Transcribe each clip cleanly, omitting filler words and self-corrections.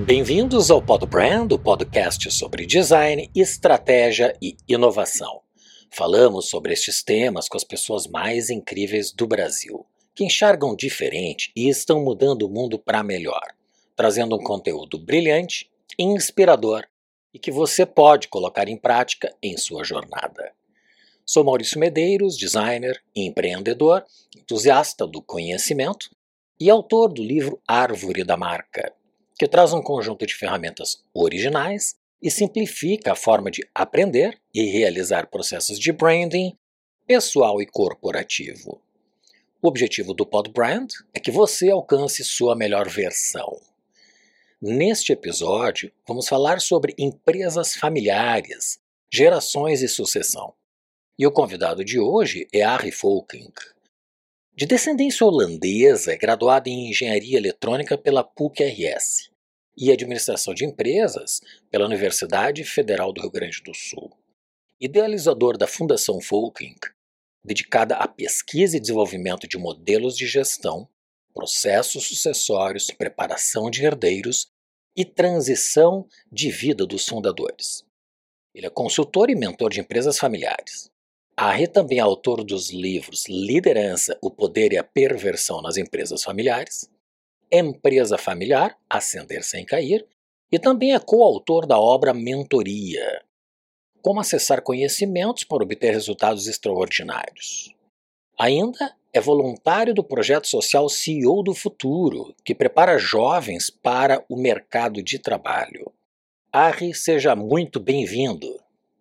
Bem-vindos ao PodBrand, o podcast sobre design, estratégia e inovação. Falamos sobre estes temas com as pessoas mais incríveis do Brasil, que enxergam diferente e estão mudando o mundo para melhor, trazendo um conteúdo brilhante, inspirador e que você pode colocar em prática em sua jornada. Sou Maurício Medeiros, designer e empreendedor, entusiasta do conhecimento e autor do livro Árvore da Marca, que traz um conjunto de ferramentas originais e simplifica a forma de aprender e realizar processos de branding pessoal e corporativo. O objetivo do PodBrand é que você alcance sua melhor versão. Neste episódio, vamos falar sobre empresas familiares, gerações e sucessão. E o convidado de hoje é Arie Folkink. De descendência holandesa, é graduado em Engenharia Eletrônica pela PUC-RS e Administração de Empresas pela Universidade Federal do Rio Grande do Sul. Idealizador da Fundação Folkink, dedicada à pesquisa e desenvolvimento de modelos de gestão, processos sucessórios, preparação de herdeiros e transição de vida dos fundadores. Ele é consultor e mentor de empresas familiares. Arie também é autor dos livros Liderança, o Poder e a Perversão nas Empresas Familiares, Empresa Familiar, Ascender Sem Cair, e também é coautor da obra Mentoria, Como Acessar Conhecimentos para Obter Resultados Extraordinários. Ainda é voluntário do projeto social CEO do Futuro, que prepara jovens para o mercado de trabalho. Arie, seja muito bem-vindo.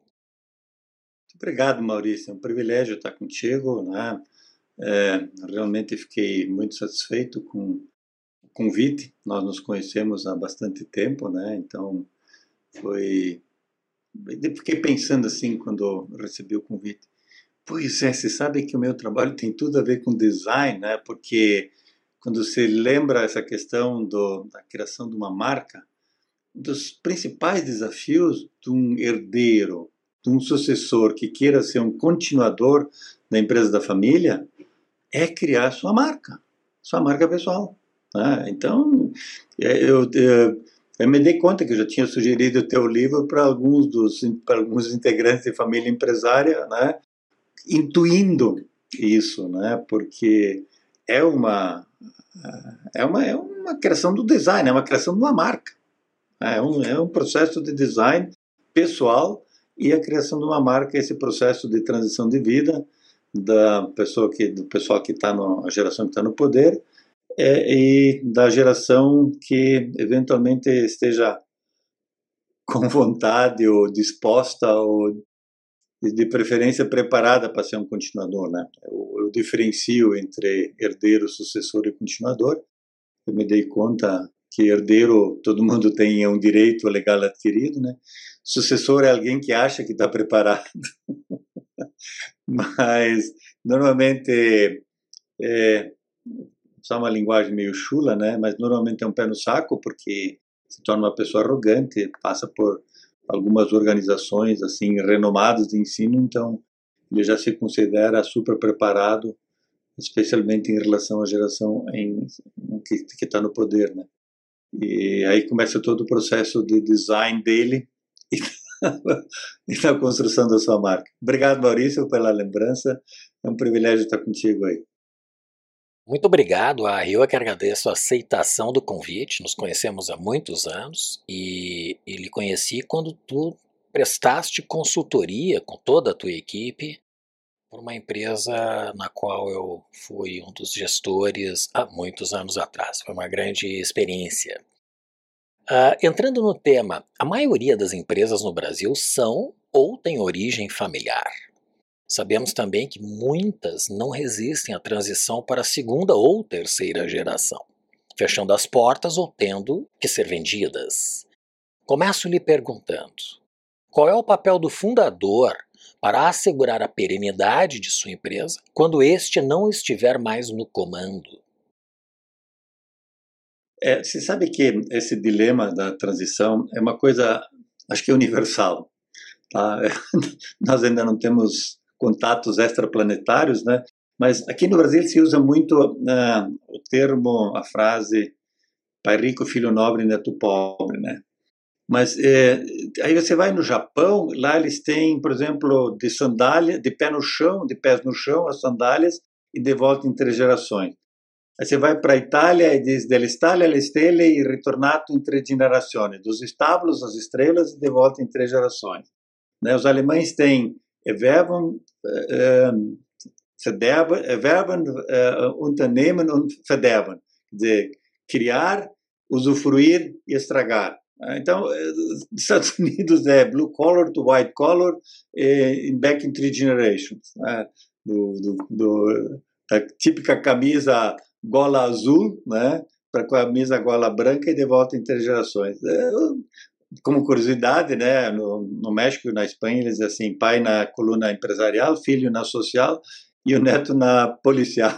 Obrigado, Maurício. É um privilégio estar contigo, né? Realmente fiquei muito satisfeito com o convite. Nós nos conhecemos há bastante tempo, né? Então, fiquei pensando assim quando recebi o convite. Pois é, você sabe que o meu trabalho tem tudo a ver com design, né? Porque quando você lembra essa questão da criação de uma marca, um dos principais desafios de um herdeiro, de um sucessor que queira ser um continuador da empresa da família, é criar sua marca pessoal. Né? Então, eu me dei conta que eu já tinha sugerido o teu livro para alguns integrantes de família empresária, né? Intuindo isso, né? Porque é uma criação do design, é uma criação de uma marca. É um processo de design pessoal e a criação de uma marca, esse processo de transição de vida do pessoal que está a geração que está no poder e da geração que eventualmente esteja com vontade ou disposta ou de preferência preparada para ser um continuador, né? Eu diferencio entre herdeiro, sucessor e continuador. Eu me dei conta que herdeiro todo mundo tem, é um direito legal adquirido, né? Sucessor é alguém que acha que está preparado. Mas, normalmente, só uma linguagem meio chula, né? Mas normalmente é um pé no saco, porque se torna uma pessoa arrogante, passa por algumas organizações assim renomadas de ensino, então ele já se considera super preparado, especialmente em relação à geração que está no poder, né? E aí começa todo o processo de design dele e da construção da sua marca. Obrigado, Maurício, pela lembrança. É um privilégio estar contigo aí. Muito obrigado, Arie. Eu que agradeço a aceitação do convite. Nos conhecemos há muitos anos e lhe conheci quando tu prestaste consultoria com toda a tua equipe por uma empresa na qual eu fui um dos gestores há muitos anos atrás. Foi uma grande experiência. Entrando no tema, a maioria das empresas no Brasil são ou têm origem familiar. Sabemos também que muitas não resistem à transição para a segunda ou terceira geração, fechando as portas ou tendo que ser vendidas. Começo lhe perguntando, qual é o papel do fundador para assegurar a perenidade de sua empresa quando este não estiver mais no comando? Você sabe que esse dilema da transição é uma coisa, acho que é universal. Tá? Nós ainda não temos contatos extraplanetários, né? Mas aqui no Brasil se usa muito o termo, a frase, pai rico, filho nobre, neto pobre, né? Mas aí você vai no Japão, lá eles têm, por exemplo, de sandália, de pé no chão, de pés no chão, as sandálias, e de volta em 3 gerações. Aí você vai para a Itália e diz dell'Italia alle stelle e ritornato in 3 gerações, dos estábulos às estrelas e de volta em 3 gerações. Né? Os alemães têm Erwerben, Verderben, Unternehmen und Verderben, quer dizer, criar, usufruir e estragar. Então, nos Estados Unidos é blue collar to white collar, back in 3 generations. Né? Da típica camisa gola azul, né, para a camisa gola branca e de volta em 3 gerações. Como curiosidade, né, no México e na Espanha, eles dizem assim, pai na coluna empresarial, filho na social e o neto na policial.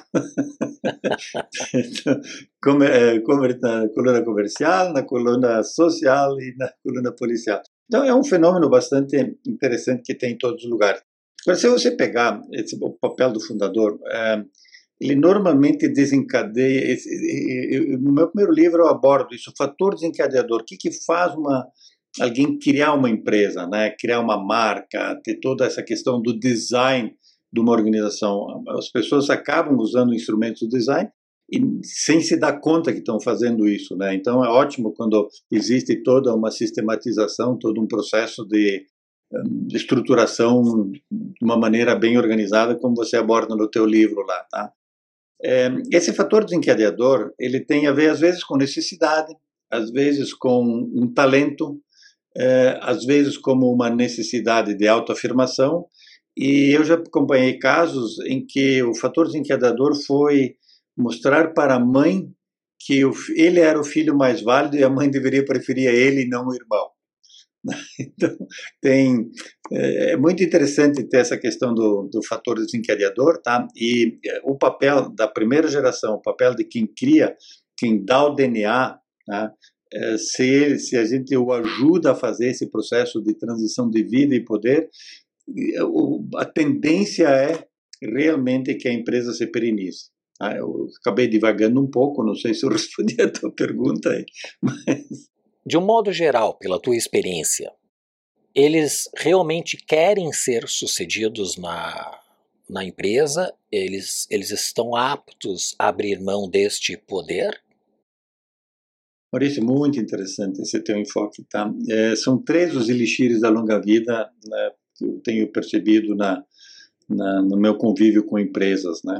Então, na coluna comercial, na coluna social e na coluna policial. Então, é um fenômeno bastante interessante que tem em todos os lugares. Agora, se você pegar o papel do fundador, ele normalmente desencadeia, no meu primeiro livro eu abordo isso, o fator desencadeador, o que faz alguém criar uma empresa, né? Criar uma marca, ter toda essa questão do design de uma organização. As pessoas acabam usando instrumentos do design e sem se dar conta que estão fazendo isso, né? Então é ótimo quando existe toda uma sistematização, todo um processo de estruturação de uma maneira bem organizada, como você aborda no teu livro lá, tá? Esse fator desencadeador, ele tem a ver, às vezes, com necessidade, às vezes com um talento, às vezes como uma necessidade de autoafirmação, e eu já acompanhei casos em que o fator desencadeador foi mostrar para a mãe que ele era o filho mais válido e a mãe deveria preferir ele e não o irmão. Então, é muito interessante ter essa questão do fator desencadeador, tá? E o papel da primeira geração, o papel de quem cria, quem dá o DNA, tá? Se a gente o ajuda a fazer esse processo de transição de vida e poder, a tendência é realmente que a empresa se perenize. Eu acabei divagando um pouco, não sei se eu respondi a tua pergunta aí, mas... De um modo geral, pela tua experiência, eles realmente querem ser sucedidos na empresa? Eles estão aptos a abrir mão deste poder? Maurício, muito interessante esse teu enfoque, tá? São 3 os elixires da longa vida, né, que eu tenho percebido no meu convívio com empresas, né?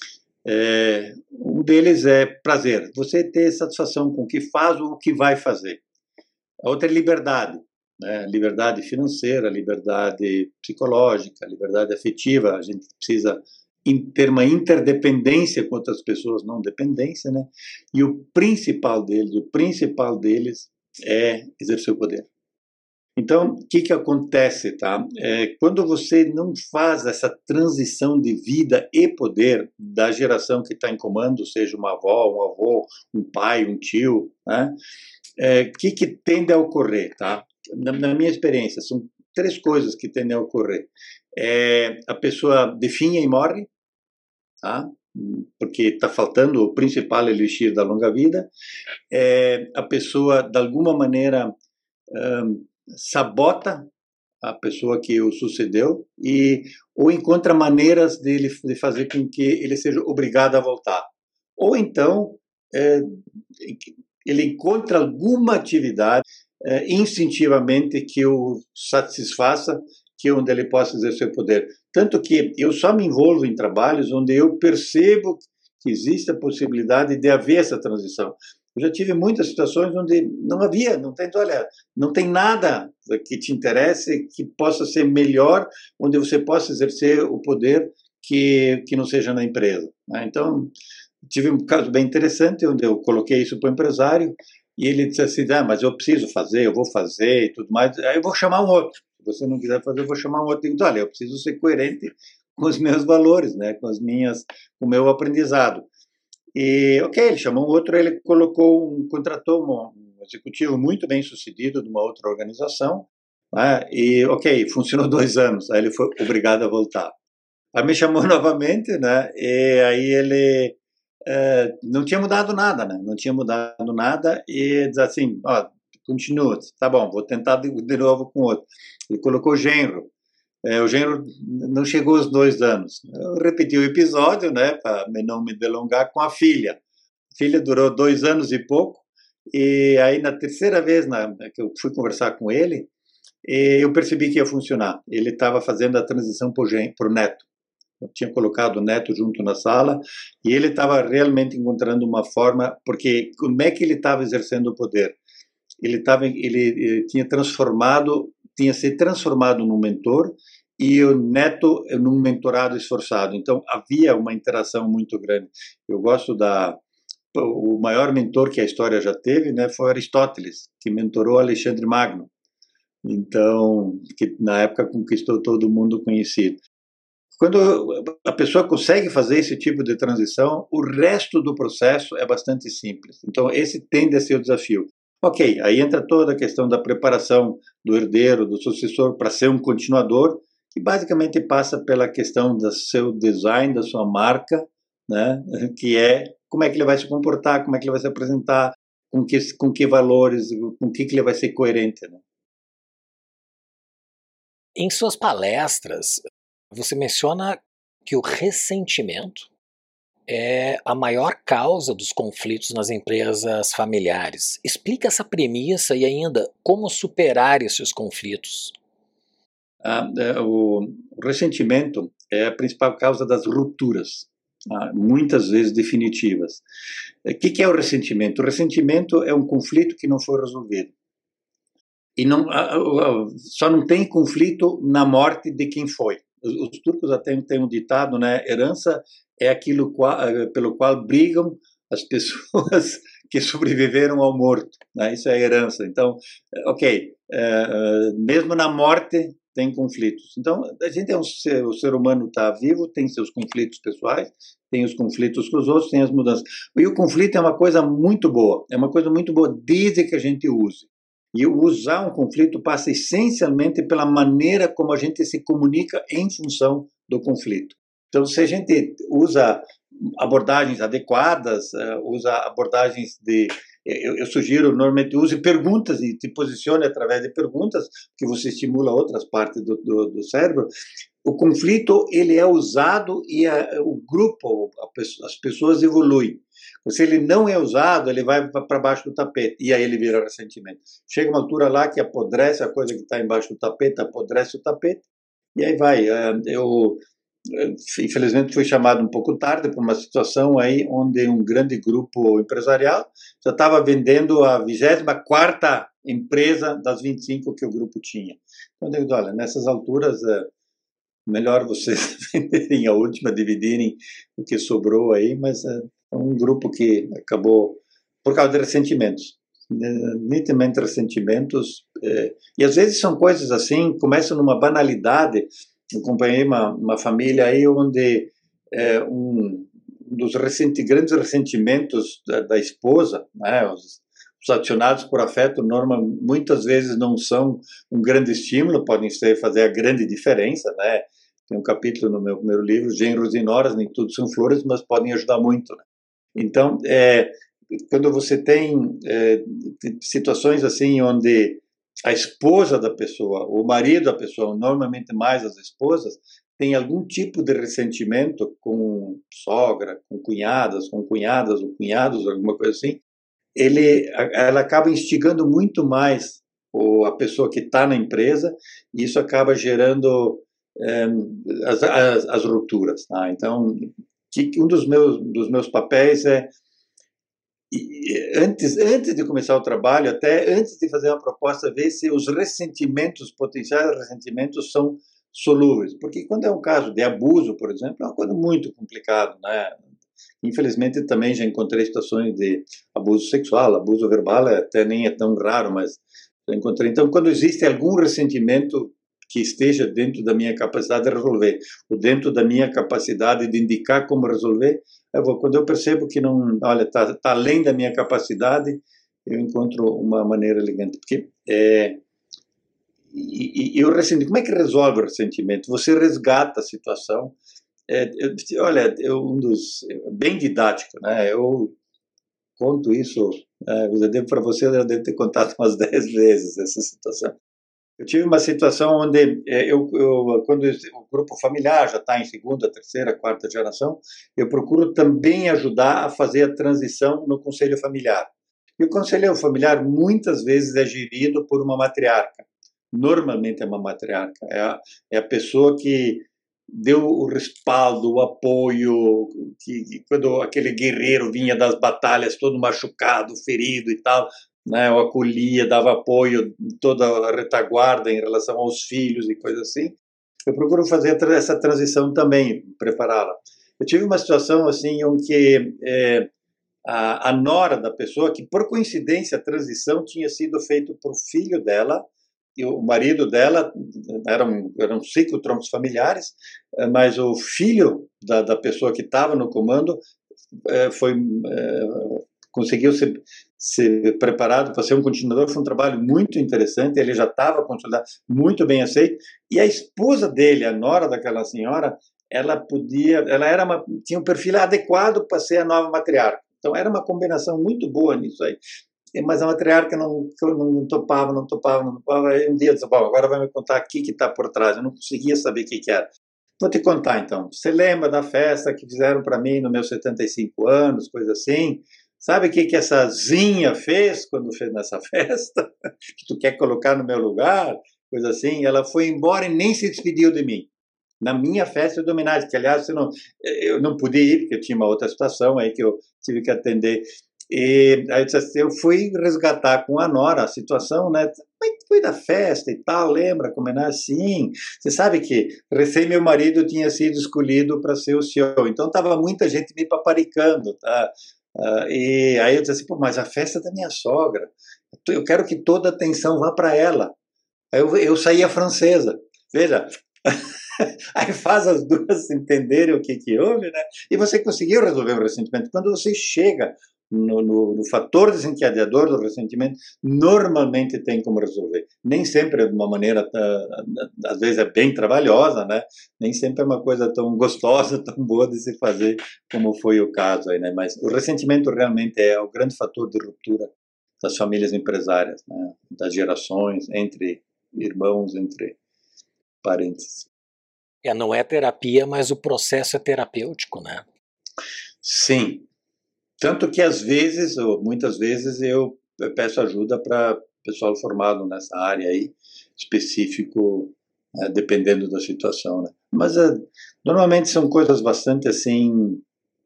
Um deles é prazer, você ter satisfação com o que faz ou o que vai fazer. A outra é liberdade, né? Liberdade financeira, liberdade psicológica, liberdade afetiva. A gente precisa ter uma interdependência com outras pessoas, não dependência, né? E o principal deles é exercer o poder. Então, o que acontece, tá? Quando você não faz essa transição de vida e poder da geração que está em comando, seja uma avó, um avô, um pai, um tio, né? O que tende a ocorrer, tá? Na minha experiência, são 3 coisas que tendem a ocorrer. A pessoa definha e morre, tá? Porque está faltando o principal elixir da longa vida. A pessoa, de alguma maneira, sabota a pessoa que o sucedeu ou encontra maneiras de fazer com que ele seja obrigado a voltar. Ou então, ele encontra alguma atividade instintivamente que o satisfaça, onde ele possa exercer o poder. Tanto que eu só me envolvo em trabalhos onde eu percebo que existe a possibilidade de haver essa transição. Eu já tive muitas situações onde não tem nada que te interesse, que possa ser melhor, onde você possa exercer o poder que não seja na empresa. Então, tive um caso bem interessante, onde eu coloquei isso para o empresário, e ele disse assim, mas eu preciso fazer, eu vou fazer e tudo mais, aí eu vou chamar um outro. Se você não quiser fazer, eu vou chamar um outro. Então, olha, eu preciso ser coerente com os meus valores, né, com o meu aprendizado. E, ele chamou um outro, ele contratou um executivo muito bem sucedido de uma outra organização, né, e, funcionou 2 anos, aí ele foi obrigado a voltar. Aí me chamou novamente, né, e aí ele não tinha mudado nada, né? Não tinha mudado nada e diz assim, ó, continua, tá bom, vou tentar de novo com outro. Ele colocou genro. O genro não chegou aos 2 anos. Eu repeti o episódio, né, para não me delongar, com a filha. A filha durou 2 anos e pouco, e aí na terceira vez que eu fui conversar com ele, eu percebi que ia funcionar. Ele estava fazendo a transição para o neto. Eu tinha colocado o neto junto na sala, e ele estava realmente encontrando uma forma, porque como é que ele estava exercendo o poder? Ele tinha se transformado num mentor, e o neto num mentorado esforçado. Então havia uma interação muito grande. Eu gosto o maior mentor que a história já teve, né, foi Aristóteles, que mentorou Alexandre Magno. Então, que na época conquistou todo mundo conhecido. Quando a pessoa consegue fazer esse tipo de transição, o resto do processo é bastante simples. Então, esse tende a ser o desafio. Ok, aí entra toda a questão da preparação do herdeiro, do sucessor, para ser um continuador, que basicamente passa pela questão do seu design, da sua marca, né? Que é como é que ele vai se comportar, como é que ele vai se apresentar, com que valores, com que ele vai ser coerente. Né? Em suas palestras, você menciona que o ressentimento é a maior causa dos conflitos nas empresas familiares. Explica essa premissa e ainda como superar esses conflitos. O ressentimento é a principal causa das rupturas, muitas vezes definitivas. O que é o ressentimento? O ressentimento é um conflito que não foi resolvido. E só não tem conflito na morte de quem foi. Os turcos até têm um ditado, né? Herança é aquilo pelo qual brigam as pessoas que sobreviveram ao morto. Né? Isso é herança. Então, ok, mesmo na morte tem conflitos. Então, a gente o ser humano está vivo, tem seus conflitos pessoais, tem os conflitos com os outros, tem as mudanças. E o conflito é uma coisa muito boa, desde que a gente use. E usar um conflito passa essencialmente pela maneira como a gente se comunica em função do conflito. Então, se a gente usa abordagens adequadas, usa abordagens eu sugiro, normalmente, use perguntas e se posicione através de perguntas, que você estimula outras partes do cérebro. O conflito, ele é usado e o grupo, as pessoas evoluem. Se ele não é usado, ele vai para baixo do tapete, e aí ele vira ressentimento. Chega uma altura lá que apodrece a coisa que está embaixo do tapete, apodrece o tapete, e aí vai. Eu, infelizmente, fui chamado um pouco tarde para uma situação aí onde um grande grupo empresarial já estava vendendo a 24ª empresa das 25 que o grupo tinha. Então, eu digo, olha, nessas alturas, melhor vocês venderem a última, dividirem o que sobrou aí, mas é um grupo que acabou por causa de ressentimentos. Nitidamente ressentimentos, e às vezes são coisas assim, começam numa banalidade. Eu acompanhei uma família aí onde um dos grandes ressentimentos da esposa, né, os acionados por afeto, muitas vezes não são um grande estímulo, podem fazer a grande diferença, né? Tem um capítulo no meu primeiro livro, Genros e Noras, nem tudo são flores, mas podem ajudar muito. Né? Então, quando você tem situações assim onde a esposa da pessoa, o marido da pessoa, normalmente mais as esposas, tem algum tipo de ressentimento com sogra, com cunhadas ou cunhados, alguma coisa assim, ela acaba instigando muito mais a pessoa que está na empresa, e isso acaba gerando as rupturas. Tá? Então, um dos meus papéis é, antes de começar o trabalho, até antes de fazer uma proposta, ver se os potenciais ressentimentos são solúveis. Porque quando é um caso de abuso, por exemplo, é uma coisa muito complicada, né? Infelizmente, também já encontrei situações de abuso sexual, abuso verbal até nem é tão raro, mas já encontrei. Então, quando existe algum ressentimento que esteja dentro da minha capacidade de resolver, ou dentro da minha capacidade de indicar como resolver, quando eu percebo que não, olha, está além da minha capacidade, eu encontro uma maneira elegante. Porque e o ressentimento, como é que resolve o ressentimento? Você resgata a situação Olha, bem didático, né? Eu conto isso, eu devo para você, eu devo ter contado umas 10 vezes essa situação. Eu tive uma situação onde quando o grupo familiar já está em segunda, terceira, quarta geração, eu procuro também ajudar a fazer a transição no conselho familiar. E o conselho familiar muitas vezes é gerido por uma matriarca. Normalmente é uma matriarca. É a pessoa que deu o respaldo, o apoio, que quando aquele guerreiro vinha das batalhas todo machucado, ferido e tal, né, eu acolhia, dava apoio, toda a retaguarda em relação aos filhos e coisas assim. Eu procuro fazer essa transição também, prepará-la. Eu tive uma situação assim em que a nora da pessoa, que por coincidência a transição tinha sido feita por filho dela, e o marido dela, eram 5 troncos familiares, mas o filho da pessoa que estava no comando conseguiu ser preparado para ser um continuador. Foi um trabalho muito interessante, ele já estava consolidado, muito bem aceito, e a esposa dele, a nora daquela senhora, tinha um perfil adequado para ser a nova matriarca. Então era uma combinação muito boa nisso aí. Mas a matriarca não topava. Aí um dia eu disse, bom, agora vai me contar o que está por trás. Eu não conseguia saber o que era. Vou te contar então. Você lembra da festa que fizeram para mim nos meus 75 anos, coisa assim? Sabe o que essa Zinha fez quando fez nessa festa? Que tu quer colocar no meu lugar? Coisa assim. Ela foi embora e nem se despediu de mim. Na minha festa de homenagem, que aliás eu não pude ir, porque eu tinha uma outra situação aí que eu tive que atender. E aí eu fui resgatar com a nora a situação, né? Foi da festa e tal, lembra como é assim? Você sabe que recém meu marido tinha sido escolhido para ser o CEO, então tava muita gente me paparicando, tá? E aí eu disse assim, pô, mas a festa da minha sogra, eu quero que toda a atenção vá para ela. Aí eu saí a francesa, veja. Aí faz as duas entenderem o que houve, né? E você conseguiu resolver o ressentimento. Quando você chega no fator desencadeador do ressentimento, normalmente tem como resolver. Nem sempre é de uma maneira, às vezes é bem trabalhosa, né? Nem sempre é uma coisa tão gostosa, tão boa de se fazer como foi o caso aí, né? Mas o ressentimento realmente é o grande fator de ruptura das famílias empresárias, né? Das gerações, entre irmãos, entre parentes. Não é terapia, mas o processo é terapêutico, né? Sim. Tanto que às vezes, ou muitas vezes, eu peço ajuda para pessoal formado nessa área aí, específico, dependendo da situação, né? Mas normalmente são coisas bastante assim,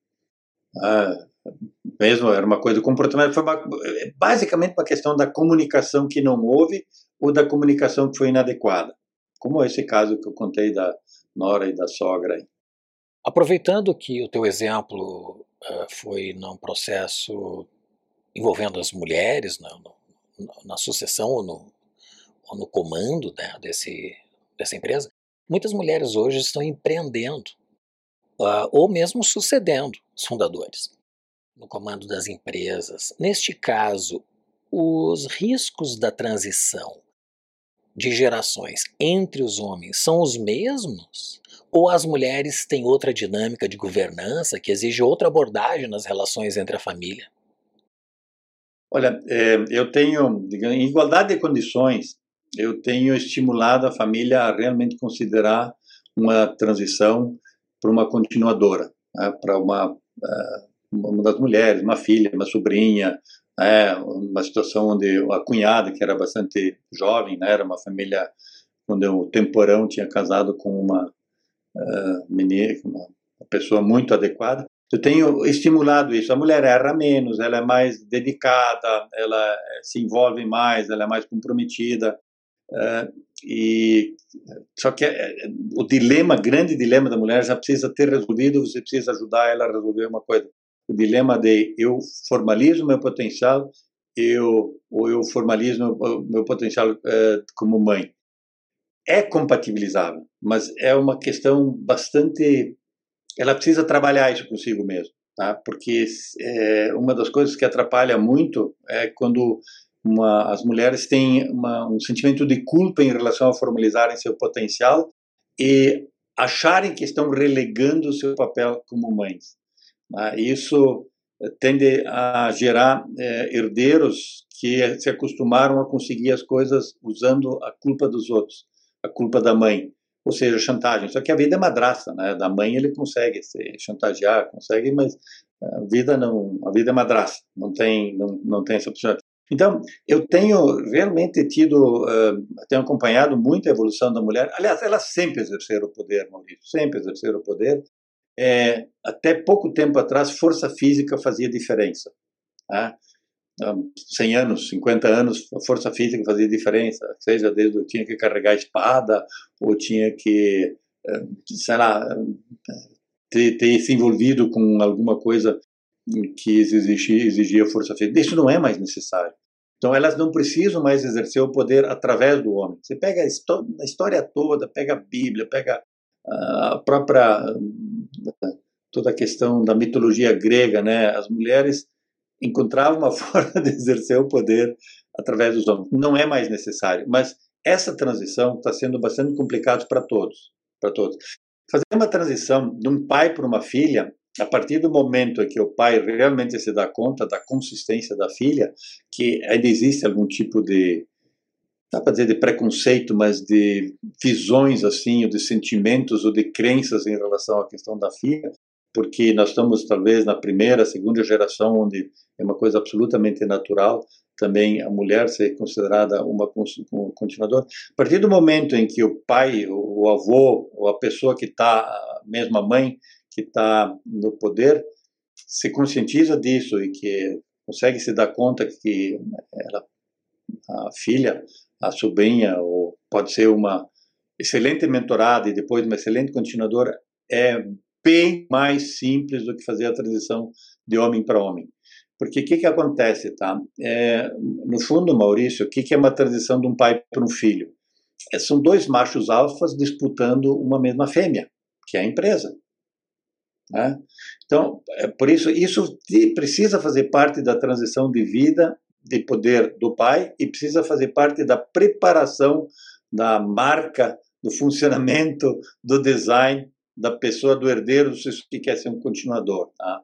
mesmo era uma coisa do comportamento, foi basicamente uma questão da comunicação que não houve ou da comunicação que foi inadequada, como esse caso que eu contei da nora e da sogra aí. Aproveitando que o teu exemplo foi num processo envolvendo as mulheres na sucessão ou no comando, né, dessa empresa, muitas mulheres hoje estão empreendendo ou mesmo sucedendo os fundadores no comando das empresas. Neste caso, os riscos da transição de gerações entre os homens são os mesmos? Ou as mulheres têm outra dinâmica de governança que exige outra abordagem nas relações entre a família? Olha, eu tenho, digamos, em igualdade de condições, eu tenho estimulado a família a realmente considerar uma transição para uma continuadora, né, para uma das mulheres, uma filha, uma sobrinha, né, uma situação onde a cunhada, que era bastante jovem, né, era uma família onde o temporão tinha casado com uma menina, uma pessoa muito adequada. Eu tenho estimulado isso. A mulher erra menos, ela é mais dedicada, ela se envolve mais, ela é mais comprometida. E só que o grande dilema da mulher já precisa ter resolvido. Você precisa ajudar ela a resolver uma coisa. O dilema de eu formalizo meu potencial, ou eu formalizo meu potencial como mãe. É compatibilizável, mas é uma questão bastante. Ela precisa trabalhar isso consigo mesmo, tá? Porque uma das coisas que atrapalha muito é quando as mulheres têm um sentimento de culpa em relação a formalizarem seu potencial e acharem que estão relegando o seu papel como mães. Isso tende a gerar herdeiros que se acostumaram a conseguir as coisas usando a culpa dos outros, a culpa da mãe, ou seja, chantagem. Só que a vida é madrasta, né? Da mãe ele consegue se chantagear, consegue, mas a vida não, a vida é madrasta, não tem essa possibilidade. Então, eu tenho realmente tenho acompanhado muito a evolução da mulher. Aliás, elas sempre exerceram o poder, Maurício, sempre exerceram o poder. Até pouco tempo atrás, força física fazia diferença. Tá? 100 anos, 50 anos, a força física fazia diferença, seja desde eu tinha que carregar a espada, ou tinha que, sei lá, ter se envolvido com alguma coisa que exigia força física. Isso não é mais necessário. Então, elas não precisam mais exercer o poder através do homem. Você pega a história toda, pega a Bíblia, pega a própria toda a questão da mitologia grega, né? As mulheres encontravam uma forma de exercer o poder através dos homens. Não é mais necessário, mas essa transição está sendo bastante complicada para todos, para todos. Fazer uma transição de um pai para uma filha, a partir do momento em que o pai realmente se dá conta da consistência da filha, que ainda existe algum tipo de, dá para dizer de preconceito, mas de visões assim, ou de sentimentos ou de crenças em relação à questão da filha, porque nós estamos talvez na primeira, segunda geração, onde é uma coisa absolutamente natural também a mulher ser considerada uma continuadora. A partir do momento em que o pai, o avô, ou a pessoa que está, a mesma mãe que está no poder, se conscientiza disso e que consegue se dar conta que a filha, a sobrinha, ou pode ser uma excelente mentorada e depois uma excelente continuadora, é bem mais simples do que fazer a transição de homem para homem. Porque o que acontece, tá? No fundo, Maurício, o que é uma transição de um pai para um filho? São dois machos alfas disputando uma mesma fêmea, que é a empresa. Né? Então, por isso precisa fazer parte da transição de vida, de poder do pai, e precisa fazer parte da preparação da marca, do funcionamento, do design, da pessoa, do herdeiro, que quer ser um continuador. Tá?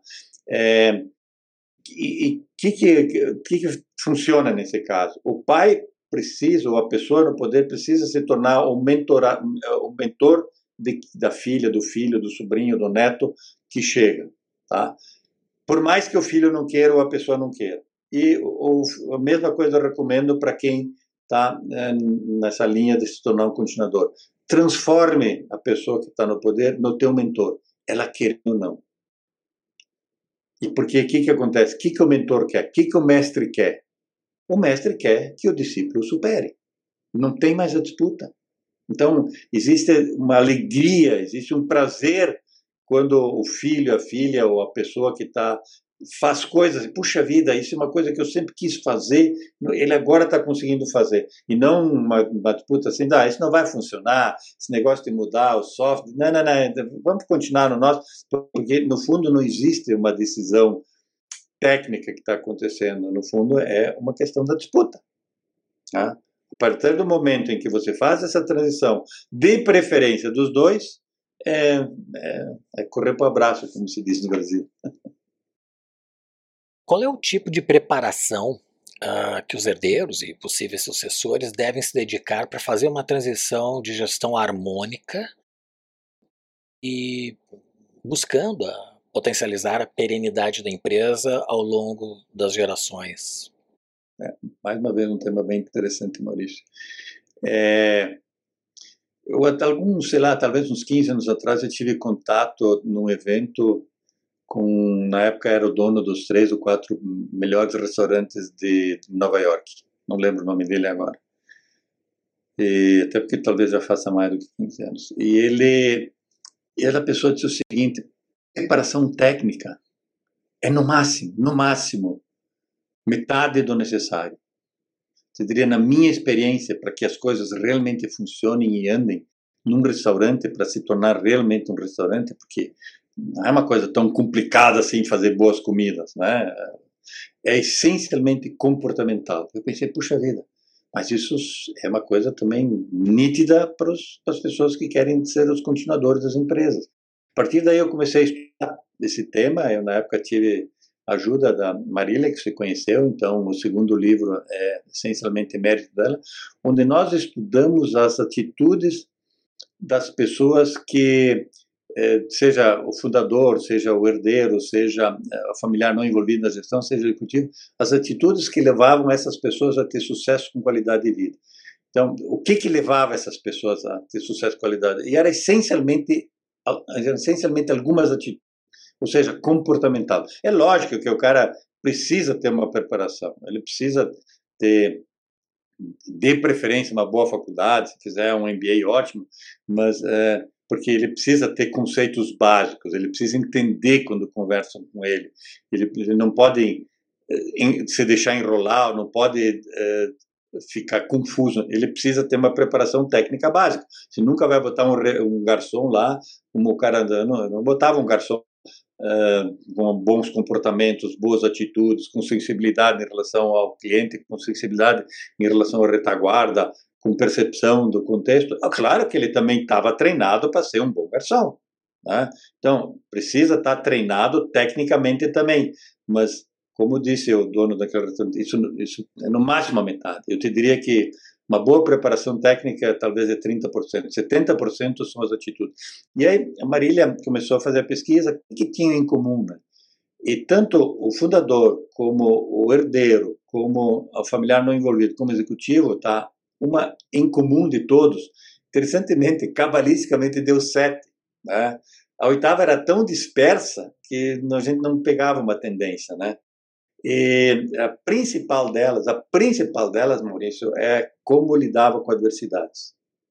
E o que funciona nesse caso? O pai precisa, ou a pessoa no poder precisa se tornar o mentor da filha, do filho, do sobrinho, do neto que chega. Tá? Por mais que o filho não queira ou a pessoa não queira. E a mesma coisa eu recomendo para quem está nessa linha de se tornar um continuador. Transforme a pessoa que está no poder no teu mentor, ela quer ou não. E porque o que acontece? O que o mentor quer? O que o mestre quer? O mestre quer que o discípulo supere. Não tem mais a disputa. Então, existe uma alegria, existe um prazer quando o filho, a filha ou a pessoa que faz coisas, puxa vida, isso é uma coisa que eu sempre quis fazer, ele agora está conseguindo fazer. E não uma disputa assim, isso não vai funcionar, esse negócio de mudar o software, não, vamos continuar no nosso, porque no fundo não existe uma decisão técnica que está acontecendo, no fundo é uma questão da disputa. Tá? A partir do momento em que você faz essa transição, de preferência dos dois, é correr para o abraço, como se diz no Brasil. Qual é o tipo de preparação que os herdeiros e possíveis sucessores devem se dedicar para fazer uma transição de gestão harmônica e buscando potencializar a perenidade da empresa ao longo das gerações? Mais uma vez um tema bem interessante, Maurício. Eu talvez uns 15 anos atrás eu tive contato num evento na época era o dono dos 3 ou 4 melhores restaurantes de Nova York. Não lembro o nome dele agora. Até porque talvez já faça mais do que 15 anos. E a pessoa disse o seguinte: preparação técnica é no máximo, metade do necessário. Você diria, na minha experiência, para que as coisas realmente funcionem e andem num restaurante, para se tornar realmente um restaurante, porque não é uma coisa tão complicada assim fazer boas comidas, né? É essencialmente comportamental. Eu pensei, puxa vida, Mas isso é uma coisa também nítida para as pessoas que querem ser os continuadores das empresas. A partir daí eu comecei a estudar esse tema, eu na época tive a ajuda da Marília, que se conheceu, então o segundo livro é essencialmente mérito dela, onde nós estudamos as atitudes das pessoas que, seja o fundador, seja o herdeiro, seja o familiar não envolvido na gestão, seja o executivo, as atitudes que levavam essas pessoas a ter sucesso com qualidade de vida. Então, o que levava essas pessoas a ter sucesso com qualidade? E era essencialmente algumas atitudes, ou seja, comportamental. É lógico que o cara precisa ter uma preparação, ele precisa ter, de preferência, uma boa faculdade, se fizer um MBA, ótimo, mas porque ele precisa ter conceitos básicos, ele precisa entender quando conversam com ele não pode se deixar enrolar, não pode ficar confuso, ele precisa ter uma preparação técnica básica. Você nunca vai botar um garçom lá, como o cara não botava um garçom com bons comportamentos, boas atitudes, com sensibilidade em relação ao cliente, com sensibilidade em relação à retaguarda, com percepção do contexto. Claro que ele também estava treinado para ser um bom garçom, né? Então, precisa estar treinado tecnicamente também, mas, como disse o dono daquela restaurante, isso é no máximo a metade. Eu te diria que uma boa preparação técnica talvez é 30%, 70% são as atitudes. E aí a Marília começou a fazer a pesquisa, o que tinha em comum, né? E tanto o fundador, como o herdeiro, como o familiar não envolvido, como o executivo, tá? Uma em comum de todos, interessantemente, cabalisticamente deu 7, né? A oitava era tão dispersa que a gente não pegava uma tendência, né? E a principal delas, Maurício, é como lidava com adversidades.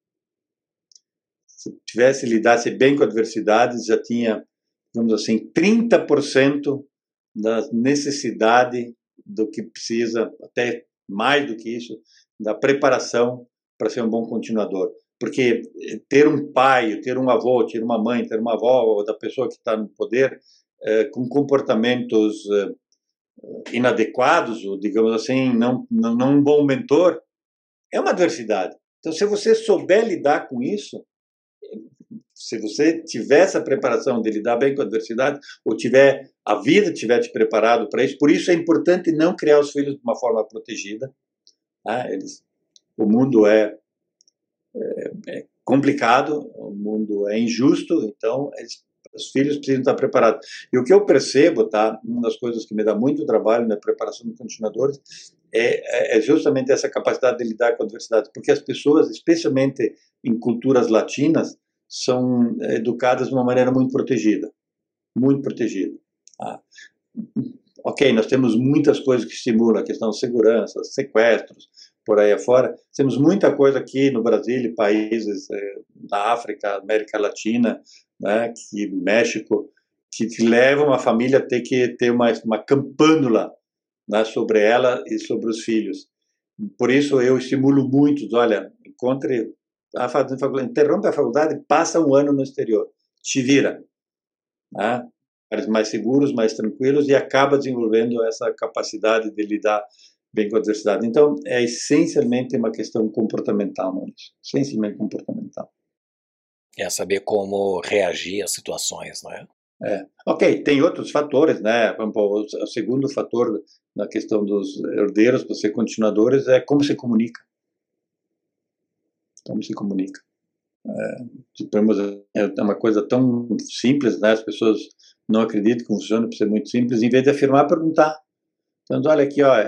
Se lidasse bem com adversidades, já tinha, digamos assim, 30% da necessidade do que precisa, até mais do que isso, da preparação para ser um bom continuador. Porque ter um pai, ter um avô, ter uma mãe, ter uma avó, ou da pessoa que está no poder, com comportamentos inadequados, ou digamos assim, não um bom mentor, é uma adversidade. Então, se você souber lidar com isso, se você tiver essa preparação de lidar bem com a adversidade, ou a vida tiver te preparado para isso, por isso é importante não criar os filhos de uma forma protegida. Tá? O mundo é complicado, o mundo é injusto, então os filhos precisam estar preparados. E o que eu percebo, tá? Uma das coisas que me dá muito trabalho na preparação de continuadores é justamente essa capacidade de lidar com a adversidade, porque as pessoas, especialmente em culturas latinas, são educadas de uma maneira muito protegida. Muito protegida. Tá? Ok, nós temos muitas coisas que estimulam a questão de segurança, sequestros, por aí afora. Temos muita coisa aqui no Brasil e países da África, América Latina, né, México, que levam a família a ter que ter uma campânula, né, sobre ela e sobre os filhos. Por isso eu estimulo muito, olha, interrompe a faculdade, passa um ano no exterior, te vira, né, mais seguros, mais tranquilos, e acaba desenvolvendo essa capacidade de lidar bem com a adversidade. Então, é essencialmente uma questão comportamental, Maurício. Essencialmente comportamental. É saber como reagir às situações, não é? Ok, tem outros fatores, né? O segundo fator na questão dos herdeiros para ser continuadores é como se comunica. Como se comunica. É uma coisa tão simples, né? As pessoas não acreditam que funciona por ser muito simples. Em vez de afirmar, perguntar. Então, olha aqui, ó,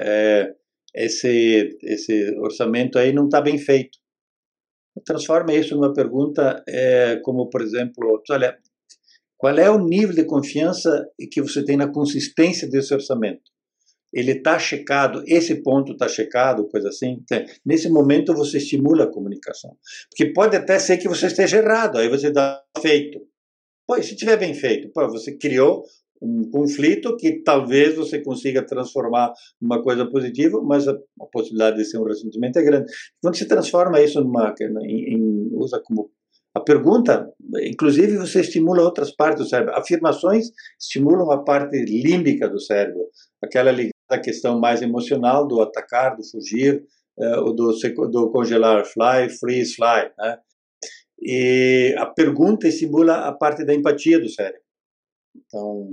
esse orçamento aí não está bem feito. Transforma isso numa pergunta como, por exemplo, olha, qual é o nível de confiança que você tem na consistência desse orçamento? Ele está checado, esse ponto está checado, coisa assim. Nesse momento você estimula a comunicação. Porque pode até ser que você esteja errado, aí você dá feito. Pois, se estiver bem feito, você criou um conflito que talvez você consiga transformar numa coisa positiva, mas a possibilidade de ser um ressentimento é grande. Quando se transforma isso usa como a pergunta, inclusive você estimula outras partes do cérebro. Afirmações estimulam a parte límbica do cérebro, aquela ligada à questão mais emocional do atacar, do fugir, o do congelar, fly, freeze, fly, né? E a pergunta estimula a parte da empatia do cérebro. Então,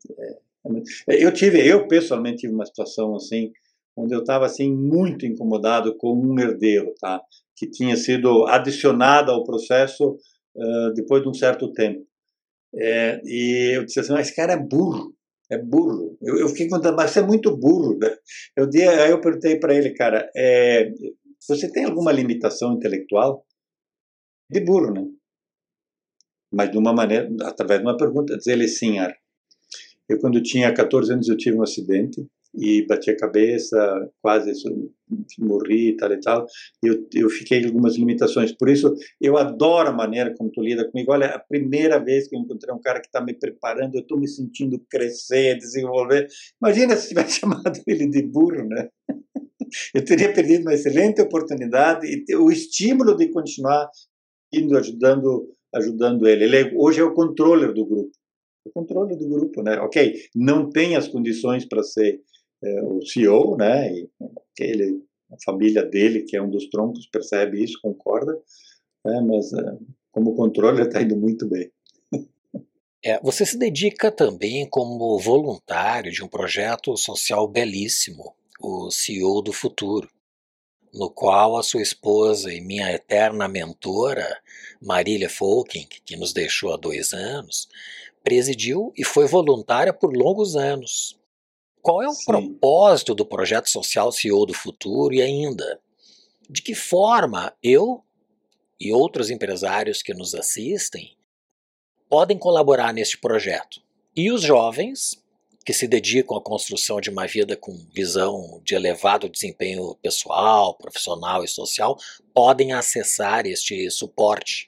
eu pessoalmente tive uma situação assim, onde eu estava assim muito incomodado com um herdeiro, tá? Que tinha sido adicionado ao processo depois de um certo tempo. E eu disse assim, mas esse cara é burro, é burro. Eu fiquei contando, mas você é muito burro, né? Aí eu perguntei para ele, cara, você tem alguma limitação intelectual? De burro, né? Mas de uma maneira, através de uma pergunta, dizer ele sim, Ar. Eu, quando tinha 14 anos, eu tive um acidente e bati a cabeça, quase morri e tal e tal. Eu fiquei com algumas limitações. Por isso, eu adoro a maneira como tu lida comigo. Olha, a primeira vez que eu encontrei um cara que está me preparando, eu estou me sentindo crescer, desenvolver. Imagina se tivesse chamado ele de burro, né? Eu teria perdido uma excelente oportunidade e o estímulo de continuar indo ajudando ele. Hoje é o controller do grupo. O controle do grupo, né? Ok, não tem as condições para ser o CEO, né? E a família dele, que é um dos troncos, percebe isso, concorda, né? Mas como controle está indo muito bem. Você se dedica também como voluntário de um projeto social belíssimo, o CEO do Futuro, no qual a sua esposa e minha eterna mentora, Marília Folking, que nos deixou há 2 anos, presidiu e foi voluntária por longos anos. Qual é o Sim. propósito do projeto social CEO do Futuro e ainda, de que forma eu e outros empresários que nos assistem podem colaborar neste projeto? E os jovens que se dedicam à construção de uma vida com visão de elevado desempenho pessoal, profissional e social podem acessar este suporte?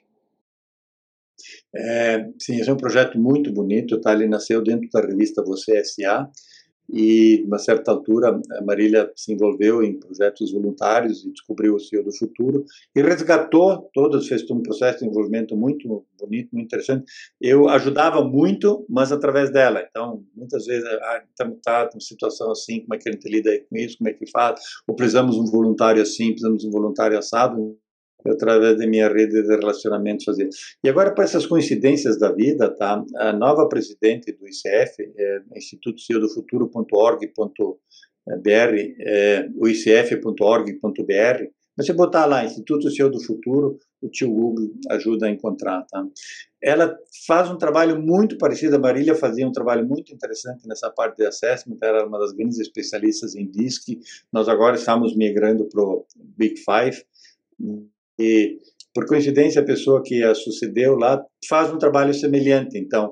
Sim, esse é um projeto muito bonito, tá? Ele nasceu dentro da revista Você S.A., e, de uma certa altura, a Marília se envolveu em projetos voluntários e descobriu o CEO do Futuro e resgatou todos, fez um processo de envolvimento muito bonito, muito interessante. Eu ajudava muito, mas através dela. Então, muitas vezes, estamos numa situação assim, como é que a gente lida com isso, como é que faz? Ou precisamos de um voluntário assim, precisamos de um voluntário assado. Eu, através da minha rede de relacionamentos, fazia. E agora, para essas coincidências da vida, tá? A nova presidente do ICF, Instituto CEO do Futuro.org.br, o icf.org.br, você botar lá, Instituto CEO do Futuro, o tio Google ajuda a encontrar, tá? Ela faz um trabalho muito parecido, a Marília fazia um trabalho muito interessante nessa parte de assessment, era uma das grandes especialistas em DISC, nós agora estamos migrando para o Big Five, e, por coincidência, a pessoa que a sucedeu lá faz um trabalho semelhante. Então,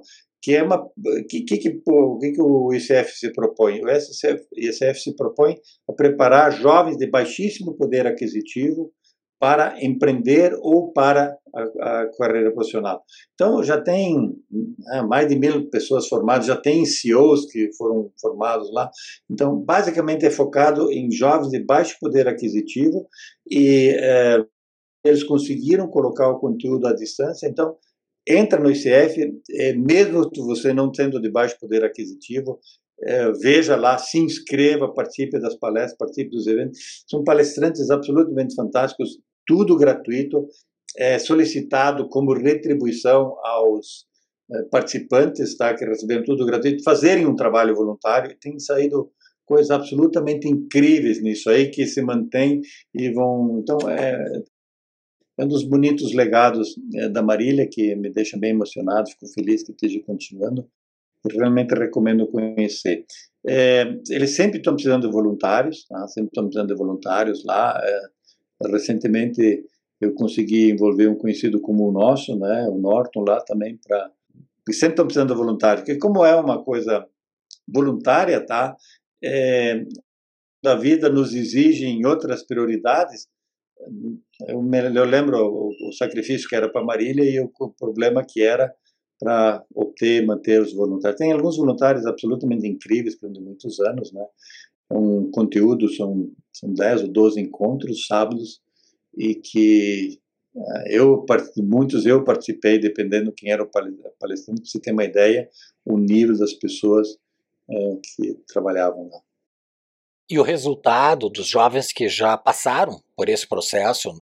o que o ICF se propõe? O ICF se propõe a preparar jovens de baixíssimo poder aquisitivo para empreender ou para a carreira profissional. Então, já tem mais de 1.000 pessoas formadas, já tem CEOs que foram formados lá. Então, basicamente é focado em jovens de baixo poder aquisitivo e eles conseguiram colocar o conteúdo à distância, então entra no ICF, mesmo você não tendo de baixo poder aquisitivo, veja lá, se inscreva, participe das palestras, participe dos eventos, são palestrantes absolutamente fantásticos, tudo gratuito, solicitado como retribuição aos participantes, tá, que receberam tudo gratuito, fazerem um trabalho voluntário, tem saído coisas absolutamente incríveis nisso aí, que se mantém e vão, então é um dos bonitos legados da Marília, que me deixa bem emocionado, fico feliz que esteja continuando, e realmente recomendo conhecer. Eles sempre estão precisando de voluntários, tá? Sempre estão precisando de voluntários lá. Recentemente eu consegui envolver um conhecido como o nosso, né, o Norton, lá também, porque sempre estão precisando de voluntários, porque como é uma coisa voluntária, tá? A vida nos exige em outras prioridades. Eu lembro o sacrifício que era para Marília e o problema que era para obter e manter os voluntários. Tem alguns voluntários absolutamente incríveis, que são de muitos anos, né? Um conteúdo, são 10 ou 12 encontros, sábados, e que muitos eu participei, dependendo quem era o palestrante, para você ter uma ideia, o nível das pessoas que trabalhavam lá. E o resultado dos jovens que já passaram por esse processo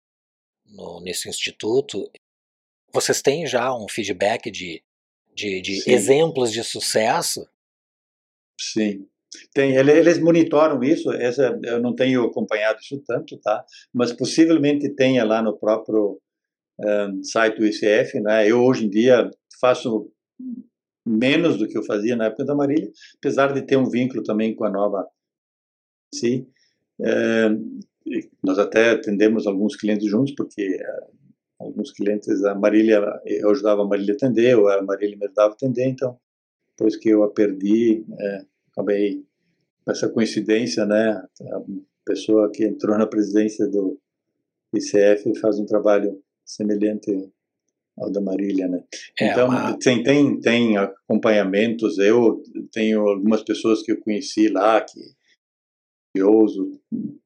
nesse instituto, vocês têm já um feedback de Sim, exemplos de sucesso? sim. Eles monitoram isso, eu não tenho acompanhado isso tanto, tá? Mas possivelmente tenha lá no próprio site do ICF, né? Eu hoje em dia faço menos do que eu fazia na época da Marília, apesar de ter um vínculo também com a Nova Si. É, nós até atendemos alguns clientes juntos, porque alguns clientes, a Marília, eu ajudava a Marília a atender, ou a Marília me ajudava a atender, então, depois que eu a perdi, acabei com essa coincidência, né? A pessoa que entrou na presidência do ICF faz um trabalho semelhante ao da Marília, né? É Então, uma. tem acompanhamentos, eu tenho algumas pessoas que eu conheci lá, que eu uso,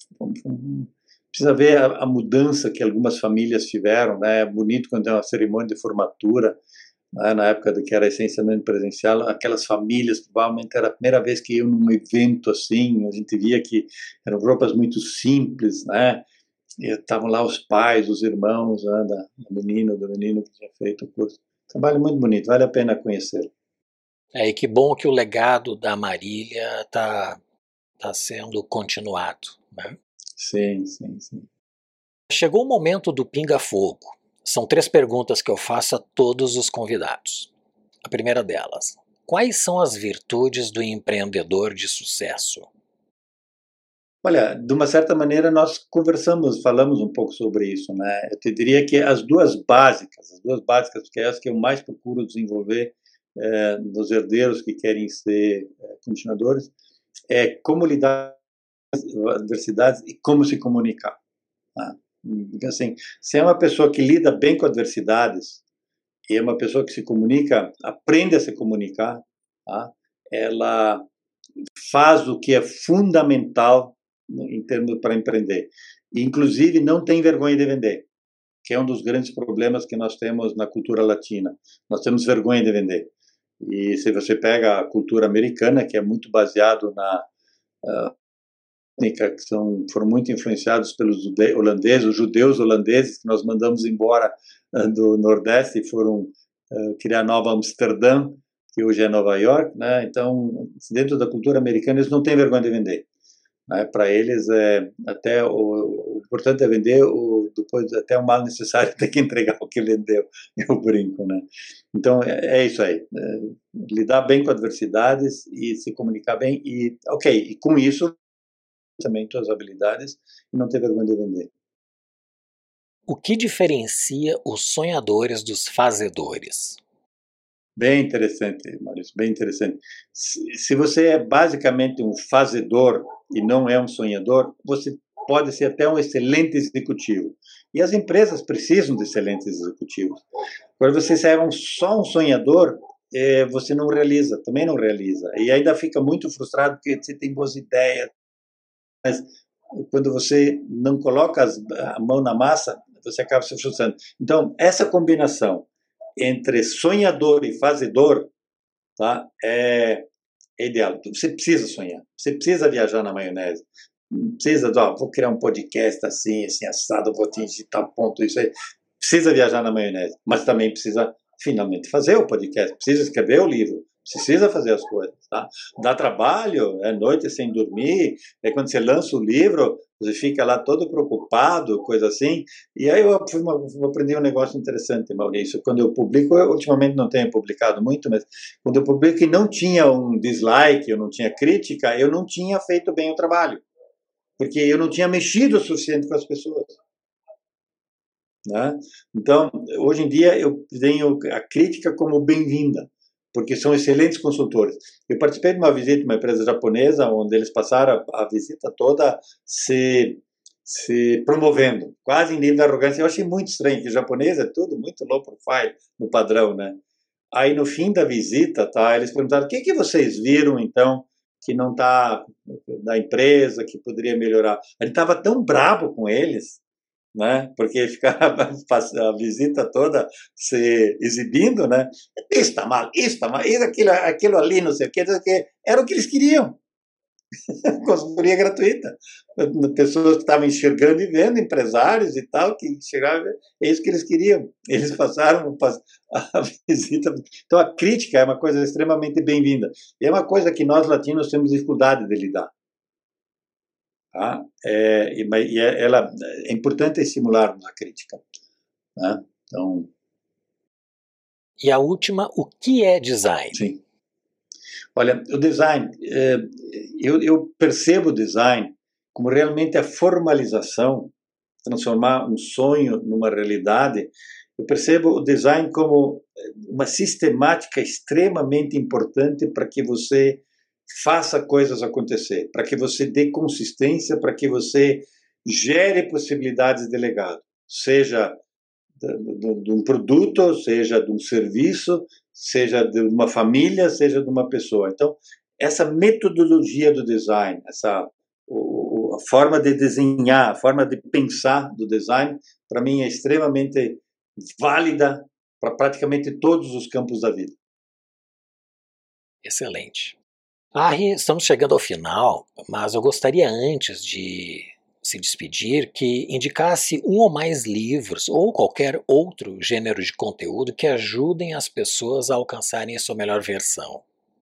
precisa ver a mudança que algumas famílias tiveram, né? É bonito quando é uma cerimônia de formatura, né? Na época que era essencialmente presencial, aquelas famílias, provavelmente era a primeira vez que iam num evento assim, a gente via que eram roupas muito simples, né? E estavam lá os pais, os irmãos, né, do menino que tinha feito o curso. Trabalho muito bonito, vale a pena conhecer. E que bom que o legado da Marília tá sendo continuado, né? Sim, sim, sim. Chegou o momento do pinga-fogo. São 3 perguntas que eu faço a todos os convidados. A primeira delas: quais são as virtudes do empreendedor de sucesso? Olha, de uma certa maneira nós conversamos, falamos um pouco sobre isso, né? Eu te diria que as duas básicas, que é as que eu mais procuro desenvolver nos herdeiros que querem ser continuadores, é como lidar com as adversidades e como se comunicar. Tá? Assim, se é uma pessoa que lida bem com adversidades e é uma pessoa que se comunica, aprende a se comunicar, tá? Ela faz o que é fundamental em termos para empreender. E, inclusive, não tem vergonha de vender, que é um dos grandes problemas que nós temos na cultura latina. Nós temos vergonha de vender. E se você pega a cultura americana, que é muito baseado na que foram muito influenciados pelos holandeses, os judeus holandeses que nós mandamos embora do Nordeste e foram criar Nova Amsterdã, que hoje é Nova York, né? Então, dentro da cultura americana, eles não têm vergonha de vender. Né? Para eles, até o importante é vender, depois até o mal necessário tem que entregar o que vendeu, eu brinco, né? Então, é isso aí, lidar bem com adversidades e se comunicar bem, e ok, e com isso também suas habilidades e não ter vergonha de vender. O que diferencia os sonhadores dos fazedores? Bem interessante, Maurício, bem interessante. Se você é basicamente um fazedor e não é um sonhador, você pode ser até um excelente executivo. E as empresas precisam de excelentes executivos. Quando você é só um sonhador, você não realiza, também não realiza. E ainda fica muito frustrado porque você tem boas ideias, mas quando você não coloca a mão na massa, você acaba se frustrando. Então, essa combinação entre sonhador e fazedor, tá, é ideal. Você precisa sonhar, você precisa viajar na maionese, precisa, vou criar um podcast assim, assim, assado, vou atingir tal ponto, isso aí. Precisa viajar na maionese, mas também precisa finalmente fazer o podcast, precisa escrever o livro, precisa fazer as coisas, tá? Dá trabalho, é noite sem dormir, é quando você lança o livro, você fica lá todo preocupado, coisa assim, e aí eu aprendi um negócio interessante, Maurício, quando eu publico, eu ultimamente não tenho publicado muito, mas quando eu publico e não tinha um dislike, eu não tinha crítica, eu não tinha feito bem o trabalho, porque eu não tinha mexido o suficiente com as pessoas. Né? Então, hoje em dia, eu tenho a crítica como bem-vinda, porque são excelentes consultores. Eu participei de uma visita a uma empresa japonesa, onde eles passaram a visita toda se promovendo, quase em nível de arrogância. Eu achei muito estranho, que o japonês é tudo muito low profile, no padrão, né? Aí, no fim da visita, tá, eles perguntaram, o que vocês viram, então, que não está da empresa, que poderia melhorar? Ele estava tão bravo com eles, né? Porque ficava a visita toda se exibindo, né? Isso está mal, isso, aquilo ali, não sei o que, era o que eles queriam. consultoria gratuita. Pessoas que estavam enxergando e vendo, empresários e tal, que chegavam, é isso que eles queriam. Eles passaram a visita. Então, a crítica é uma coisa extremamente bem-vinda. E é uma coisa que nós latinos temos dificuldade de lidar. Tá? É importante estimularmos a crítica. Né? Então, e a última, o que é design? sim. Olha, o design, eu percebo o design como realmente a formalização, transformar um sonho numa realidade. Eu percebo o design como uma sistemática extremamente importante para que você faça coisas acontecer, para que você dê consistência, para que você gere possibilidades de legado, seja de um produto, seja de um serviço, seja de uma família, seja de uma pessoa. Então, essa metodologia do design, a forma de desenhar, a forma de pensar do design, para mim é extremamente válida para praticamente todos os campos da vida. Excelente. Ari, estamos chegando ao final, mas eu gostaria, antes de se despedir, que indicasse um ou mais livros ou qualquer outro gênero de conteúdo que ajudem as pessoas a alcançarem a sua melhor versão.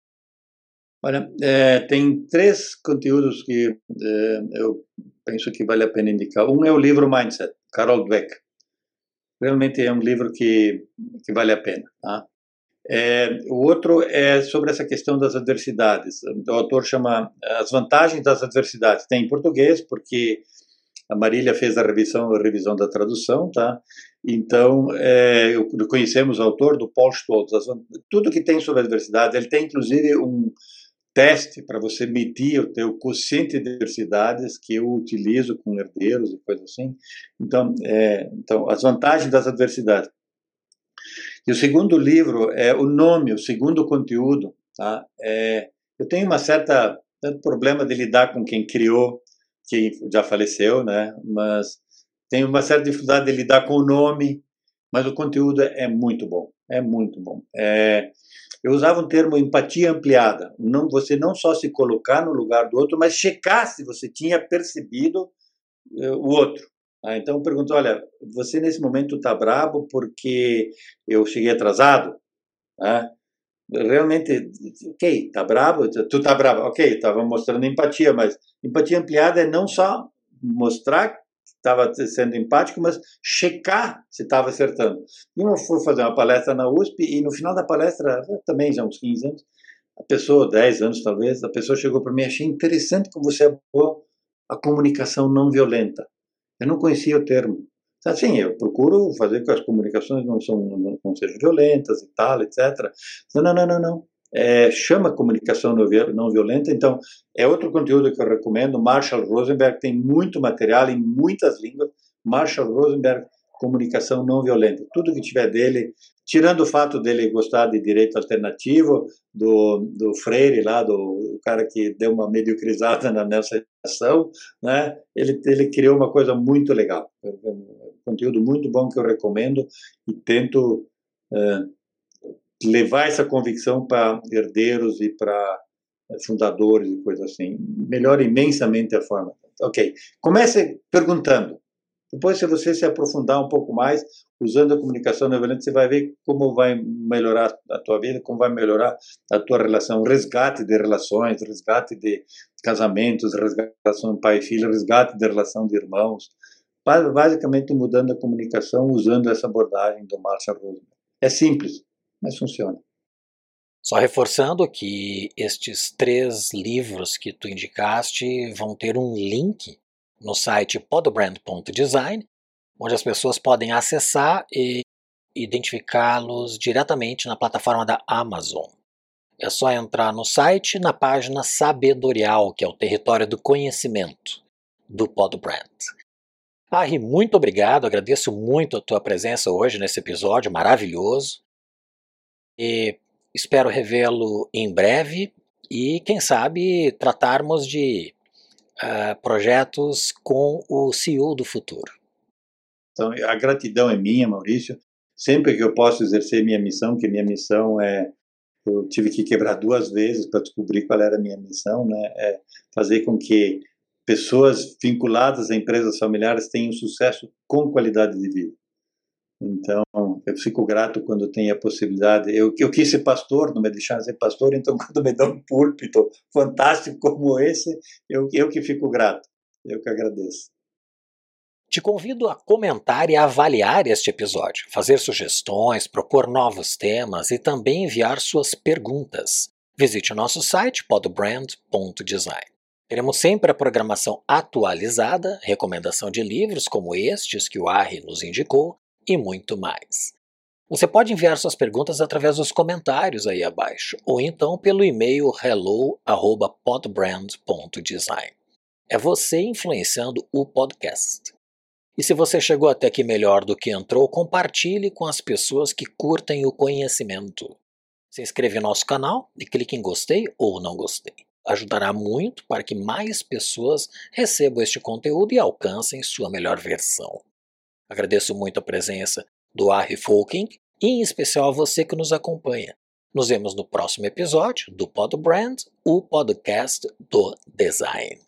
Olha, tem 3 conteúdos que eu penso que vale a pena indicar. Um é o livro Mindset, Carol Dweck. Realmente é um livro que vale a pena. Tá? O outro é sobre essa questão das adversidades. O autor chama As Vantagens das Adversidades. Tem em português, porque a Marília fez a revisão da tradução, tá? Então, conhecemos o autor, do Paul Stoltz. Tudo que tem sobre adversidades, ele tem inclusive um teste para você medir o teu quociente de adversidades, que eu utilizo com herdeiros e coisas assim. Então, as vantagens das adversidades. E o segundo livro é o nome, o segundo conteúdo. Tá? Eu tenho certo problema de lidar com quem criou, que já faleceu, né? Mas tenho uma certa dificuldade de lidar com o nome, mas o conteúdo é muito bom, é muito bom. Eu usava um termo empatia ampliada, você não só se colocar no lugar do outro, mas checar se você tinha percebido o outro. Então pergunto, olha, você nesse momento está bravo porque eu cheguei atrasado? Realmente, ok, está bravo, tu está bravo, ok, estava mostrando empatia, mas empatia ampliada é não só mostrar que estava sendo empático, mas checar se estava acertando. E eu fui fazer uma palestra na USP e no final da palestra, também já uns 15 anos, a pessoa, 10 anos talvez, a pessoa chegou para mim, achei interessante como você abordou a comunicação não violenta. Eu não conhecia o termo. Assim, eu procuro fazer com que as comunicações não sejam violentas e tal, etc. Não. Chama comunicação não violenta. Então, é outro conteúdo que eu recomendo. Marshall Rosenberg tem muito material em muitas línguas. Marshall Rosenberg, comunicação não violenta. Tudo que tiver dele, tirando o fato dele gostar de direito alternativo, do Freire lá, do cara que deu uma mediocrizada nessa ação, né? Ele criou uma coisa muito legal, um conteúdo muito bom que eu recomendo e tento levar essa convicção para herdeiros e para fundadores e coisas assim. Melhora imensamente a forma. Ok, comece perguntando. Depois, se você se aprofundar um pouco mais, usando a comunicação não violenta, você vai ver como vai melhorar a tua vida, como vai melhorar a tua relação, resgate de relações, resgate de casamentos, resgate de relação pai e filho, resgate de relação de irmãos. Basicamente mudando a comunicação, usando essa abordagem do Marshall Rosenberg. É simples, mas funciona. Só reforçando que estes 3 livros que tu indicaste vão ter um link no site podobrand.design, onde as pessoas podem acessar e identificá-los diretamente na plataforma da Amazon. É só entrar no site, na página Sabedorial, que é o território do conhecimento do Podbrand. Ari, muito obrigado, agradeço muito a tua presença hoje nesse episódio maravilhoso. E espero revê-lo em breve e, quem sabe, tratarmos de projetos com o CEO do futuro. Então, a gratidão é minha, Maurício. Sempre que eu posso exercer minha missão, que minha missão é Eu tive que quebrar 2 vezes para descobrir qual era a minha missão, né? É fazer com que pessoas vinculadas a empresas familiares tenham sucesso com qualidade de vida. Então, eu fico grato quando tenho a possibilidade. Eu quis ser pastor, não me deixaram ser pastor, então quando me dão um púlpito fantástico como esse, eu que fico grato, eu que agradeço. Te convido a comentar e a avaliar este episódio, fazer sugestões, propor novos temas e também enviar suas perguntas. Visite o nosso site podbrand.design. Teremos sempre a programação atualizada, recomendação de livros como estes que o Arri nos indicou e muito mais. Você pode enviar suas perguntas através dos comentários aí abaixo ou então pelo e-mail hello@podbrand.design. É você influenciando o podcast. E se você chegou até aqui melhor do que entrou, compartilhe com as pessoas que curtem o conhecimento. Se inscreva no nosso canal e clique em gostei ou não gostei. Ajudará muito para que mais pessoas recebam este conteúdo e alcancem sua melhor versão. Agradeço muito a presença do Arri Folking e em especial a você que nos acompanha. Nos vemos no próximo episódio do PodBrand, o podcast do design.